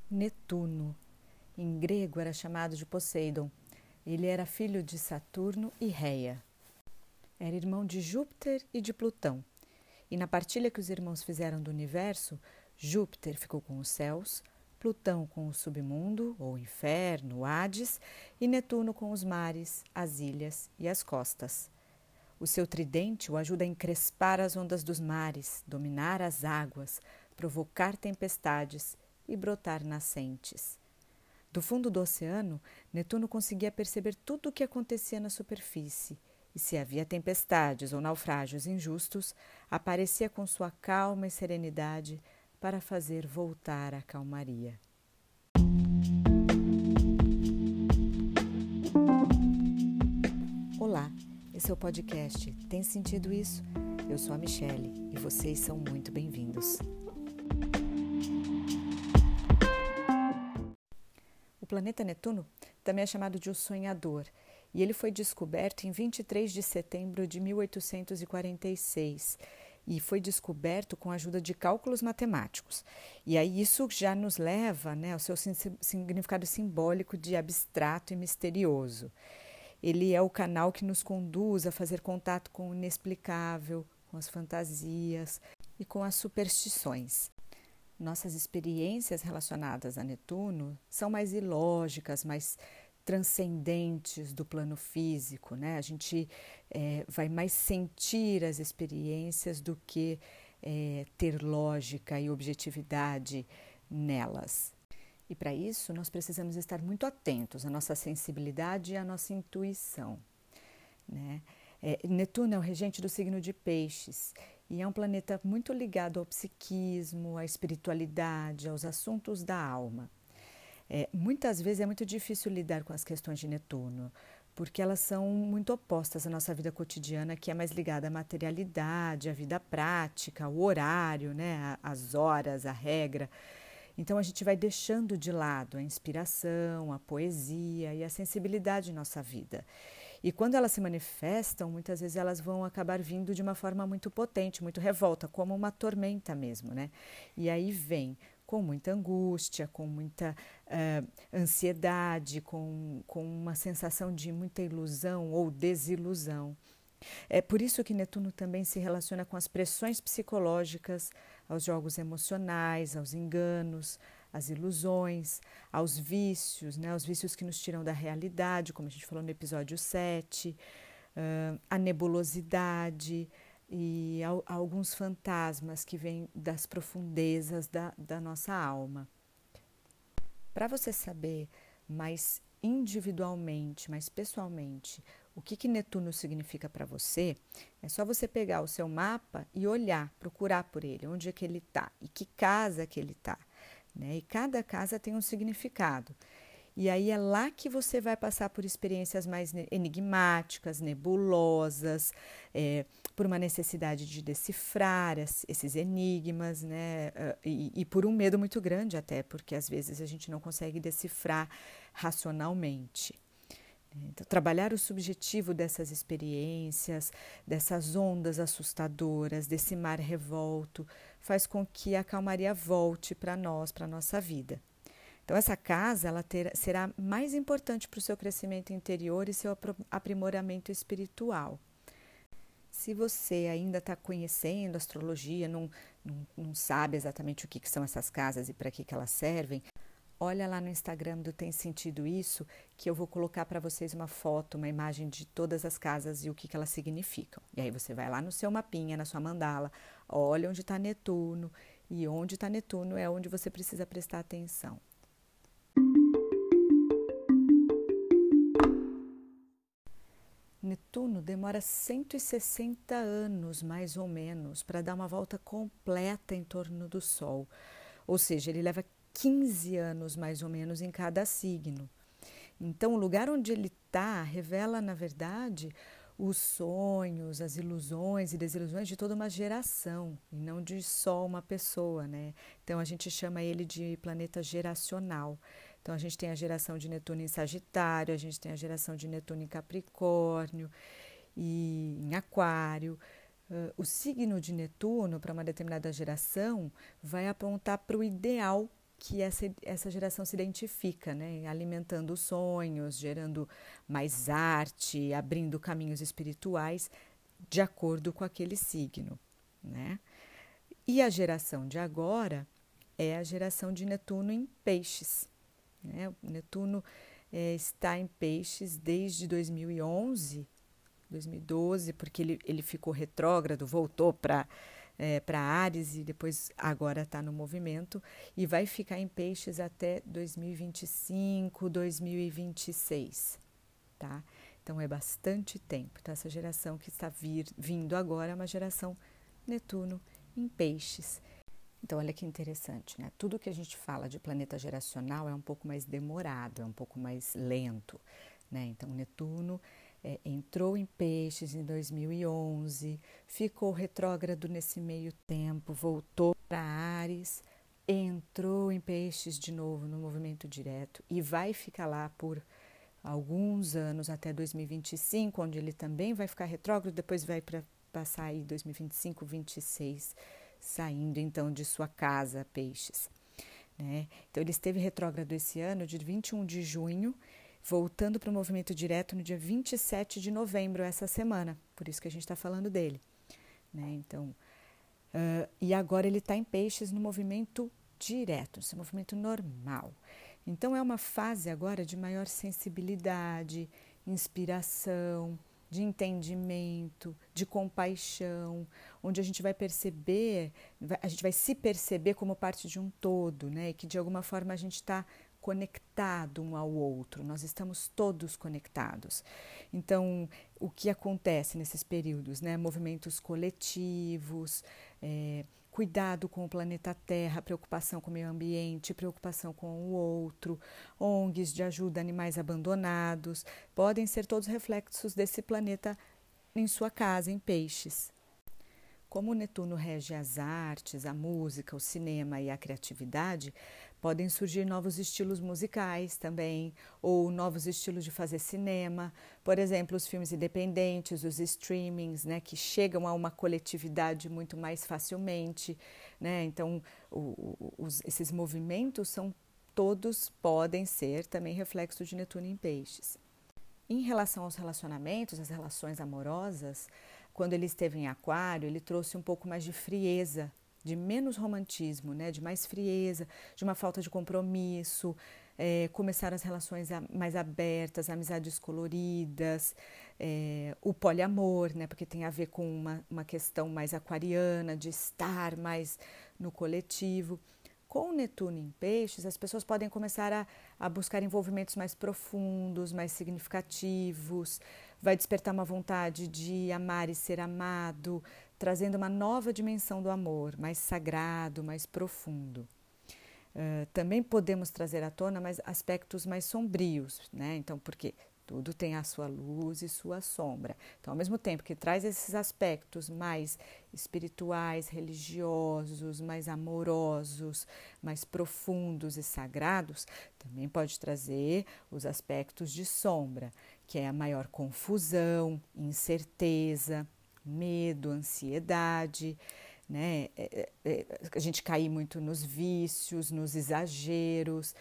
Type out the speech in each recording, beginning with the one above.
Netuno. Em grego era chamado de Poseidon. Ele era filho de Saturno e Reia. Era irmão de Júpiter e de Plutão. E na partilha que os irmãos fizeram do universo, Júpiter ficou com os céus, Plutão com o submundo, ou inferno, o Hades, e Netuno com os mares, as ilhas e as costas. O seu tridente o ajuda a encrespar as ondas dos mares, dominar as águas, provocar tempestades e brotar nascentes. Do fundo do oceano, Netuno conseguia perceber tudo o que acontecia na superfície, e se havia tempestades ou naufrágios injustos, aparecia com sua calma e serenidade para fazer voltar a calmaria. Olá, esse é o podcast Tem Sentido Isso? Eu sou a Michele e vocês são muito bem-vindos. O planeta Netuno também é chamado de o Sonhador, e ele foi descoberto em 23 de setembro de 1846 e foi descoberto com a ajuda de cálculos matemáticos. E aí isso já nos leva, ao seu significado simbólico de abstrato e misterioso. Ele é o canal que nos conduz a fazer contato com o inexplicável, com as fantasias e com as superstições. Nossas experiências relacionadas a Netuno são mais ilógicas, mais transcendentes do plano físico, né? A gente vai mais sentir as experiências do que ter lógica e objetividade nelas. E para isso nós precisamos estar muito atentos à nossa sensibilidade e à nossa intuição, né? Netuno é o regente do signo de Peixes e é um planeta muito ligado ao psiquismo, à espiritualidade, aos assuntos da alma. Muitas vezes é muito difícil lidar com as questões de Netuno, porque elas são muito opostas à nossa vida cotidiana, que é mais ligada à materialidade, à vida prática, ao horário, né, às horas, à regra. Então a gente vai deixando de lado a inspiração, a poesia e a sensibilidade em nossa vida. E quando elas se manifestam, muitas vezes elas vão acabar vindo de uma forma muito potente, muito revolta, como uma tormenta mesmo, né? E aí vem com muita angústia, com muita ansiedade, com uma sensação de muita ilusão ou desilusão. É por isso que Netuno também se relaciona com as pressões psicológicas, aos jogos emocionais, aos enganos, às ilusões, aos vícios, né? Aos vícios que nos tiram da realidade, como a gente falou no episódio 7, a nebulosidade e a alguns fantasmas que vêm das profundezas da nossa alma. Para você saber mais individualmente, mais pessoalmente, o que Netuno significa para você, é só você pegar o seu mapa e olhar, procurar por ele, onde é que ele está e que casa que ele está, né? E cada casa tem um significado. E aí é lá que você vai passar por experiências mais enigmáticas, nebulosas, por uma necessidade de decifrar esses enigmas, né? E por um medo muito grande até, porque às vezes a gente não consegue decifrar racionalmente. Então, trabalhar o subjetivo dessas experiências, dessas ondas assustadoras, desse mar revolto, faz com que a calmaria volte para nós, para a nossa vida. Então, essa casa será mais importante para o seu crescimento interior e seu aprimoramento espiritual. Se você ainda está conhecendo astrologia, não sabe exatamente o que são essas casas e para que elas servem, olha lá no Instagram do Tem Sentido Isso, que eu vou colocar para vocês uma foto, uma imagem de todas as casas e o que elas significam. E aí você vai lá no seu mapinha, na sua mandala, olha onde está Netuno, e onde está Netuno é onde você precisa prestar atenção. Netuno demora 160 anos, mais ou menos, para dar uma volta completa em torno do Sol. Ou seja, ele leva 15 anos, mais ou menos, em cada signo. Então, o lugar onde ele está revela, na verdade, os sonhos, as ilusões e desilusões de toda uma geração, e não de só uma pessoa, né? Então, a gente chama ele de planeta geracional. Então, a gente tem a geração de Netuno em Sagitário, a gente tem a geração de Netuno em Capricórnio e em Aquário. O signo de Netuno, para uma determinada geração, vai apontar para o ideal que essa geração se identifica, né? Alimentando os sonhos, gerando mais arte, abrindo caminhos espirituais de acordo com aquele signo, né? E a geração de agora é a geração de Netuno em Peixes, né? O Netuno está em Peixes desde 2011, 2012, porque ele ficou retrógrado, voltou para Áries e depois agora está no movimento e vai ficar em Peixes até 2025, 2026, tá? Então é bastante tempo, tá? Essa geração que está vindo agora é uma geração Netuno em Peixes. Então olha que interessante, né? Tudo que a gente fala de planeta geracional é um pouco mais demorado, é um pouco mais lento, né? Então Netuno entrou em Peixes em 2011, ficou retrógrado nesse meio tempo, voltou para Áries, entrou em Peixes de novo no movimento direto e vai ficar lá por alguns anos até 2025, onde ele também vai ficar retrógrado, depois vai passar aí 2025, 26, saindo então de sua casa, Peixes, né? Então ele esteve retrógrado esse ano de 21 de junho, voltando para o movimento direto no dia 27 de novembro, essa semana, por isso que a gente está falando dele, né? Então, e agora ele está em Peixes no movimento direto, esse movimento normal. Então é uma fase agora de maior sensibilidade, inspiração, de entendimento, de compaixão, onde a gente vai perceber, a gente vai se perceber como parte de um todo, né? E que de alguma forma a gente está conectado um ao outro, nós estamos todos conectados. Então, o que acontece nesses períodos, né? Movimentos coletivos, cuidado com o planeta Terra, preocupação com o meio ambiente, preocupação com o outro, ONGs de ajuda a animais abandonados, podem ser todos reflexos desse planeta em sua casa, em Peixes. Como o Netuno rege as artes, a música, o cinema e a criatividade, podem surgir novos estilos musicais também, ou novos estilos de fazer cinema. Por exemplo, os filmes independentes, os streamings, né, que chegam a uma coletividade muito mais facilmente, né? Então, esses movimentos todos podem ser também reflexos de Netuno em Peixes. Em relação aos relacionamentos, as relações amorosas, quando ele esteve em Aquário, ele trouxe um pouco mais de frieza, de menos romantismo, né? De mais frieza, de uma falta de compromisso, começaram as relações mais abertas, amizades coloridas, o poliamor, né? Porque tem a ver com uma questão mais aquariana, de estar mais no coletivo. Com o Netuno em Peixes, as pessoas podem começar a buscar envolvimentos mais profundos, mais significativos, vai despertar uma vontade de amar e ser amado, trazendo uma nova dimensão do amor, mais sagrado, mais profundo. Também podemos trazer à tona aspectos mais sombrios, né? Então, porque tudo tem a sua luz e sua sombra. Então, ao mesmo tempo que traz esses aspectos mais espirituais, religiosos, mais amorosos, mais profundos e sagrados, também pode trazer os aspectos de sombra, que é a maior confusão, incerteza, medo, ansiedade, né? A gente cair muito nos vícios, nos exageros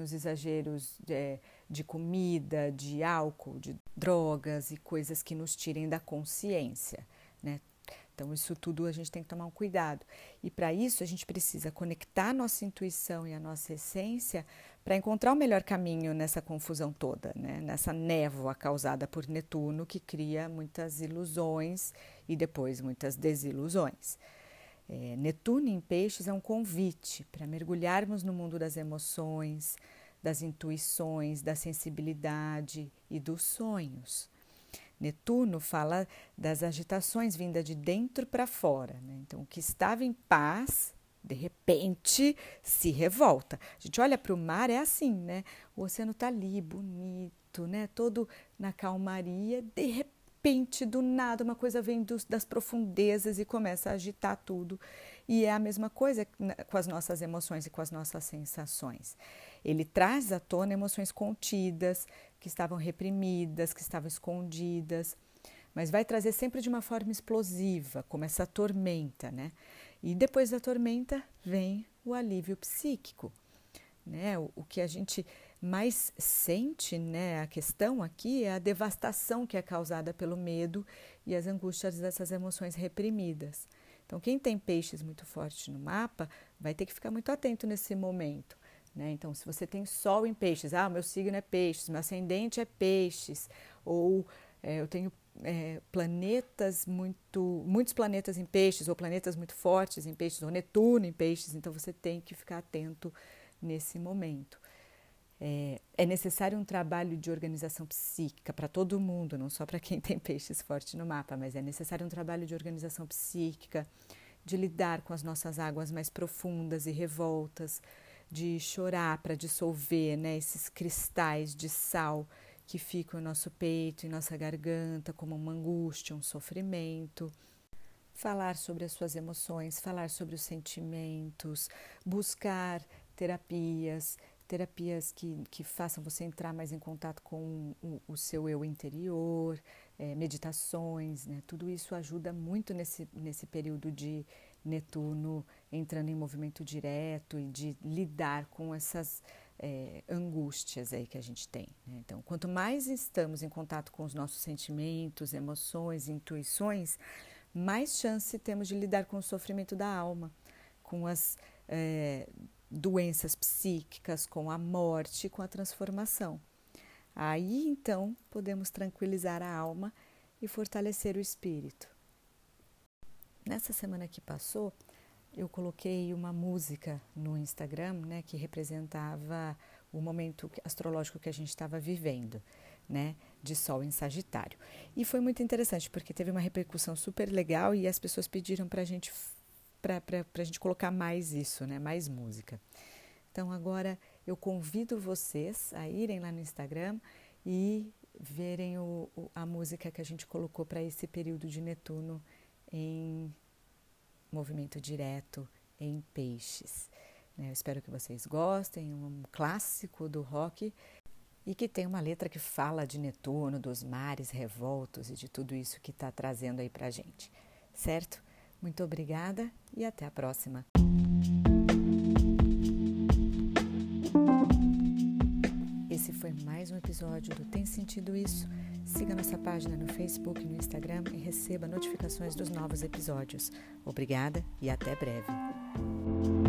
de comida, de álcool, de drogas e coisas que nos tirem da consciência, né? Então, isso tudo a gente tem que tomar um cuidado. E para isso, a gente precisa conectar a nossa intuição e a nossa essência para encontrar o melhor caminho nessa confusão toda, né? Nessa névoa causada por Netuno, que cria muitas ilusões e depois muitas desilusões. Netuno em Peixes é um convite para mergulharmos no mundo das emoções, das intuições, da sensibilidade e dos sonhos. Netuno fala das agitações vindas de dentro para fora, né? Então, o que estava em paz, de repente, se revolta. A gente olha para o mar, é assim, né? O oceano está ali, bonito, né? Todo na calmaria, de repente, do nada, uma coisa vem das profundezas e começa a agitar tudo. E é a mesma coisa com as nossas emoções e com as nossas sensações. Ele traz à tona emoções contidas, que estavam reprimidas, que estavam escondidas, mas vai trazer sempre de uma forma explosiva, como essa tormenta, né? E depois da tormenta vem o alívio psíquico. né? O que a gente mais sente, né? A questão aqui é a devastação que é causada pelo medo e as angústias dessas emoções reprimidas. Então, quem tem peixes muito forte no mapa vai ter que ficar muito atento nesse momento, né? Então, se você tem sol em peixes, o meu signo é peixes, meu ascendente é peixes, ou eu tenho muitos planetas em peixes, ou planetas muito fortes em peixes, ou Netuno em peixes, então você tem que ficar atento nesse momento. É necessário um trabalho de organização psíquica para todo mundo, não só para quem tem peixes forte no mapa, mas é necessário um trabalho de organização psíquica, de lidar com as nossas águas mais profundas e revoltas, de chorar para dissolver, né, esses cristais de sal que ficam em nosso peito, em nossa garganta, como uma angústia, um sofrimento. Falar sobre as suas emoções, falar sobre os sentimentos, buscar terapias que façam você entrar mais em contato com o seu eu interior, meditações, né? Tudo isso ajuda muito nesse período de Netuno entrando em movimento direto e de lidar com essas angústias aí que a gente tem, né? Então, quanto mais estamos em contato com os nossos sentimentos, emoções, intuições, mais chance temos de lidar com o sofrimento da alma, com as doenças psíquicas, com a morte, com a transformação. Aí, então, podemos tranquilizar a alma e fortalecer o espírito. Nessa semana que passou, eu coloquei uma música no Instagram, né, que representava o momento astrológico que a gente estava vivendo, né, de Sol em Sagitário. E foi muito interessante, porque teve uma repercussão super legal e as pessoas pediram para a gente colocar mais isso, né, mais música. Então agora eu convido vocês a irem lá no Instagram e verem a música que a gente colocou para esse período de Netuno em movimento direto em peixes. Eu espero que vocês gostem, um clássico do rock e que tem uma letra que fala de Netuno, dos mares revoltos e de tudo isso que está trazendo aí para a gente, certo? Muito obrigada e até a próxima. Esse foi mais um episódio do Tem Sentido Isso? Siga nossa página no Facebook e no Instagram e receba notificações dos novos episódios. Obrigada e até breve.